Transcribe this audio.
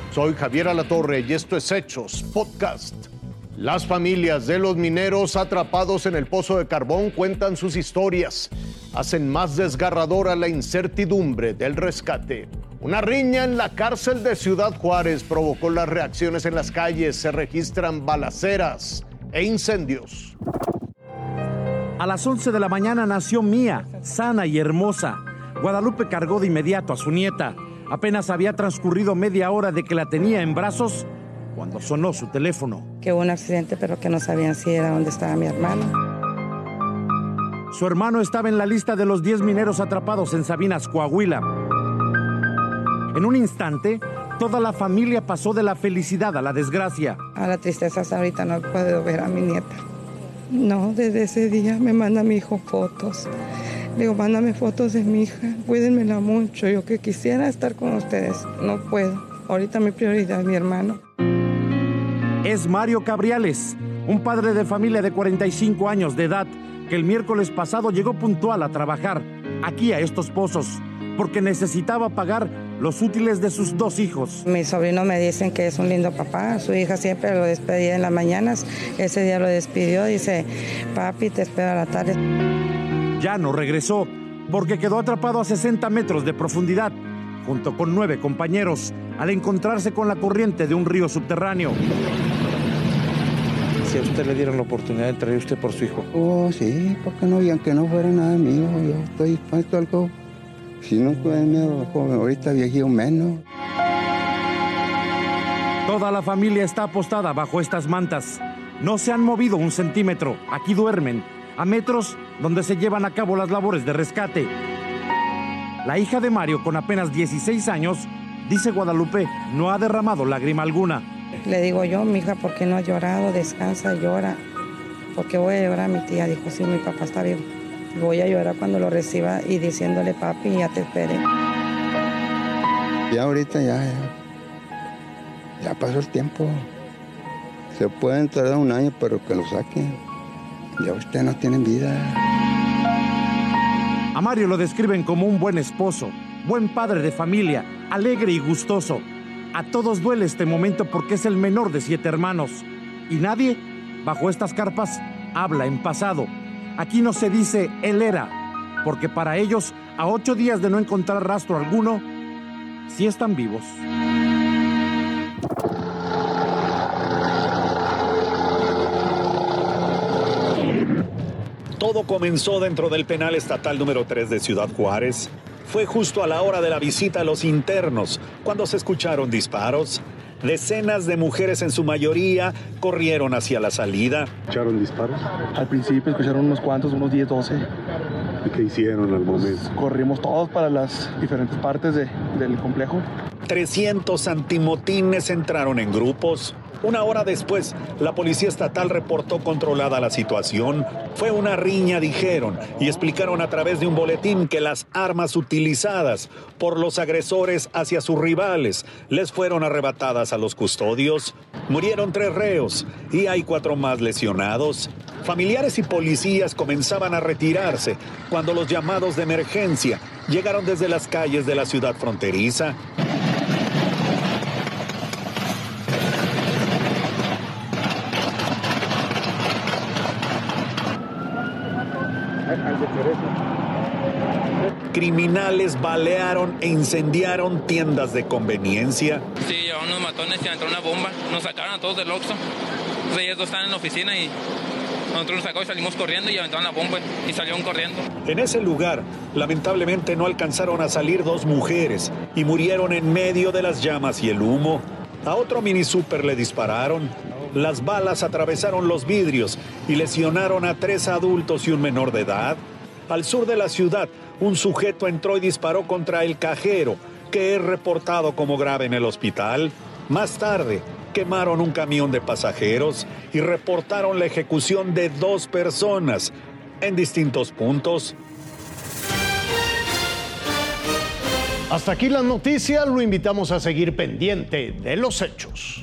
Soy Javier Alatorre y esto es Hechos Podcast. Las familias de los mineros atrapados en el pozo de carbón cuentan sus historias. Hacen más desgarradora la incertidumbre del rescate. Una riña en la cárcel de Ciudad Juárez provocó las reacciones en las calles. Se registran balaceras e incendios. A las 11 de la mañana nació Mía, sana y hermosa. Guadalupe cargó de inmediato a su nieta. Apenas había transcurrido media hora de que la tenía en brazos cuando sonó su teléfono. Que hubo un accidente, pero que no sabían si era donde estaba mi hermano. Su hermano estaba en la lista de los 10 mineros atrapados en Sabinas, Coahuila. En un instante, toda la familia pasó de la felicidad a la desgracia. A la tristeza hasta ahorita no puedo ver a mi nieta. No, desde ese día me manda mi hijo fotos. Le digo, mándame fotos de mi hija, cuídenmela mucho. Yo que quisiera estar con ustedes, no puedo. Ahorita mi prioridad es mi hermano. Es Mario Cabriales, un padre de familia de 45 años de edad, que el miércoles pasado llegó puntual a trabajar aquí a estos pozos, porque necesitaba pagar los útiles de sus 2 hijos. Mis sobrinos me dicen que es un lindo papá. Su hija siempre lo despedía en las mañanas. Ese día lo despidió, dice, papi, te espero a la tarde. Ya no regresó, porque quedó atrapado a 60 metros de profundidad, junto con 9 compañeros, al encontrarse con la corriente de un río subterráneo. Si a usted le dieron la oportunidad de traer usted por su hijo. Oh, sí, porque no, y aunque no fuera nada mío, yo estoy dispuesto a algo. Si no puede miedo, ahorita viejito menos. Toda la familia está apostada bajo estas mantas. No se han movido un centímetro. Aquí duermen, a metros donde se llevan a cabo las labores de rescate. La hija de Mario, con apenas 16 años, dice Guadalupe, no ha derramado lágrima alguna. Le digo yo, mi hija, ¿por qué no ha llorado? Descansa, llora. Porque voy a llorar, mi tía dijo, sí, mi papá está vivo. Voy a llorar cuando lo reciba y diciéndole, papi, ya te esperé. Ya ahorita ya pasó el tiempo. Se pueden tardar un año, pero que lo saquen. Ya ustedes no tienen vida. A Mario lo describen como un buen esposo, buen padre de familia, alegre y gustoso. A todos duele este momento porque es el menor de 7 hermanos. Y nadie, bajo estas carpas, habla en pasado. Aquí no se dice él era, porque para ellos, a 8 días de no encontrar rastro alguno, sí están vivos. Todo comenzó dentro del penal estatal número 3 de Ciudad Juárez. Fue justo a la hora de la visita a los internos, cuando se escucharon disparos. Decenas de mujeres, en su mayoría, corrieron hacia la salida. ¿Escucharon disparos? Al principio escucharon unos cuantos, unos 10, 12. ¿Y qué hicieron al momento? Corrimos todos para las diferentes partes del complejo. 300 antimotines entraron en grupos. Una hora después, la policía estatal reportó controlada la situación. Fue una riña, dijeron, y explicaron a través de un boletín que las armas utilizadas por los agresores hacia sus rivales les fueron arrebatadas a los custodios. Murieron 3 reos y hay 4 más lesionados. Familiares y policías comenzaban a retirarse cuando los llamados de emergencia llegaron desde las calles de la ciudad fronteriza. Criminales balearon e incendiaron tiendas de conveniencia. Sí, llevaron unos matones y aventaron una bomba. Nos sacaron a todos del Oxxo. Entonces ellos 2 están en la oficina y nosotros nos sacamos y salimos corriendo y aventaron la bomba y salieron corriendo. En ese lugar, lamentablemente no alcanzaron a salir 2 mujeres y murieron en medio de las llamas y el humo. A otro mini súper le dispararon. Las balas atravesaron los vidrios y lesionaron a 3 adultos y un menor de edad. Al sur de la ciudad, un sujeto entró y disparó contra el cajero, que es reportado como grave en el hospital. Más tarde, quemaron un camión de pasajeros y reportaron la ejecución de 2 personas en distintos puntos. Hasta aquí las noticias, lo invitamos a seguir pendiente de los hechos.